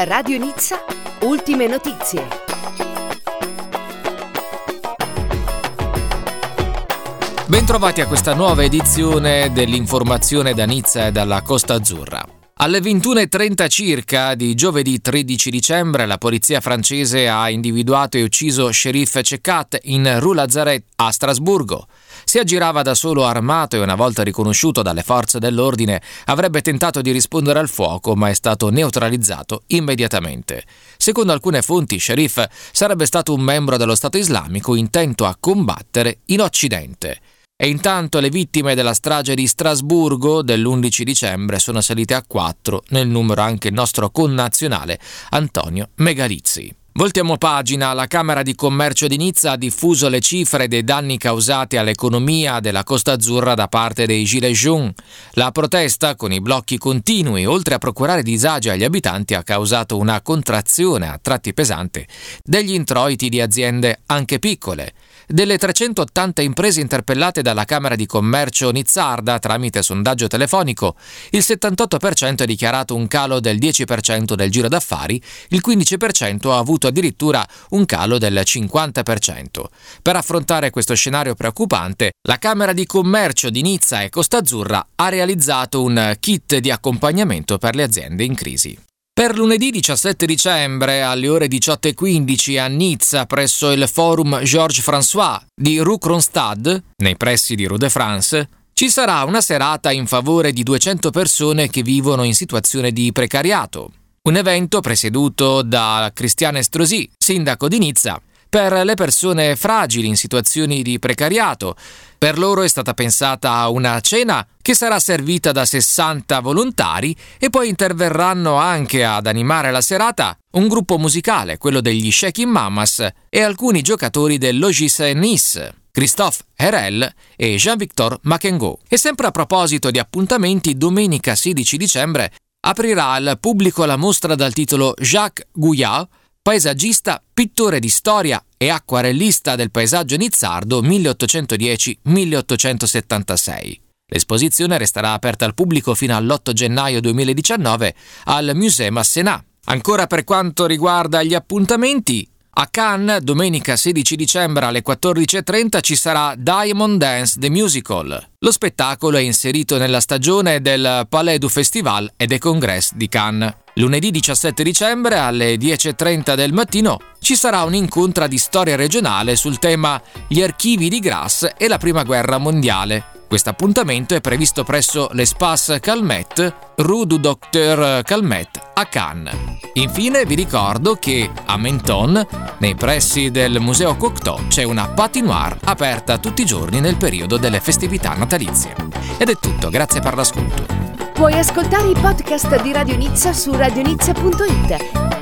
Radio Nizza, ultime notizie. Bentrovati a questa nuova edizione dell'informazione da Nizza e dalla Costa Azzurra. Alle 21:30 circa di giovedì 13 dicembre la polizia francese ha individuato e ucciso Cherif Checkat in Rue Lazaret a Strasburgo. Si aggirava da solo armato e una volta riconosciuto dalle forze dell'ordine avrebbe tentato di rispondere al fuoco ma è stato neutralizzato immediatamente. Secondo alcune fonti, Cherif sarebbe stato un membro dello Stato islamico intento a combattere in Occidente. E intanto le vittime della strage di Strasburgo dell'11 dicembre sono salite a 4, nel numero anche il nostro connazionale Antonio Megalizzi. Voltiamo pagina. La Camera di Commercio di Nizza ha diffuso le cifre dei danni causati all'economia della Costa Azzurra da parte dei Gilets jaunes. La protesta, con i blocchi continui, oltre a procurare disagi agli abitanti, ha causato una contrazione a tratti pesante degli introiti di aziende anche piccole. Delle 380 imprese interpellate dalla Camera di Commercio nizzarda tramite sondaggio telefonico, il 78% ha dichiarato un calo del 10% del giro d'affari, il 15% ha avuto addirittura un calo del 50%. Per affrontare questo scenario preoccupante, la Camera di Commercio di Nizza e Costa Azzurra ha realizzato un kit di accompagnamento per le aziende in crisi. Per lunedì 17 dicembre alle ore 18:15 a Nizza presso il Forum Georges François di Rue Kronstadt, nei pressi di Rue de France, ci sarà una serata in favore di 200 persone che vivono in situazione di precariato. Un evento presieduto da Christian Estrosi, sindaco di Nizza, per le persone fragili in situazioni di precariato. Per loro è stata pensata una cena che sarà servita da 60 volontari e poi interverranno anche ad animare la serata un gruppo musicale, quello degli Shaking Mamas, e alcuni giocatori del Logis Nice, Christophe Herel e Jean-Victor Makengo. E sempre a proposito di appuntamenti, domenica 16 dicembre aprirà al pubblico la mostra dal titolo Jacques Gouillard, paesaggista, pittore di storia e acquarellista del paesaggio nizzardo 1810-1876. L'esposizione resterà aperta al pubblico fino all'8 gennaio 2019 al Musée Masséna. Ancora per quanto riguarda gli appuntamenti, a Cannes, domenica 16 dicembre alle 14:30 ci sarà Diamond Dance The Musical. Lo spettacolo è inserito nella stagione del Palais du Festival et des Congrès di Cannes. Lunedì 17 dicembre alle 10:30 del mattino ci sarà un incontro di storia regionale sul tema Gli archivi di Grasse e la Prima Guerra Mondiale. Questo appuntamento è previsto presso l'Espace Calmette, Rue du Docteur Calmette a Cannes. Infine vi ricordo che a Menton, nei pressi del Museo Cocteau, c'è una patinoire aperta tutti i giorni nel periodo delle festività natalizie. Ed è tutto, grazie per l'ascolto. Puoi ascoltare i podcast di Radio Nizza su radionizza.it.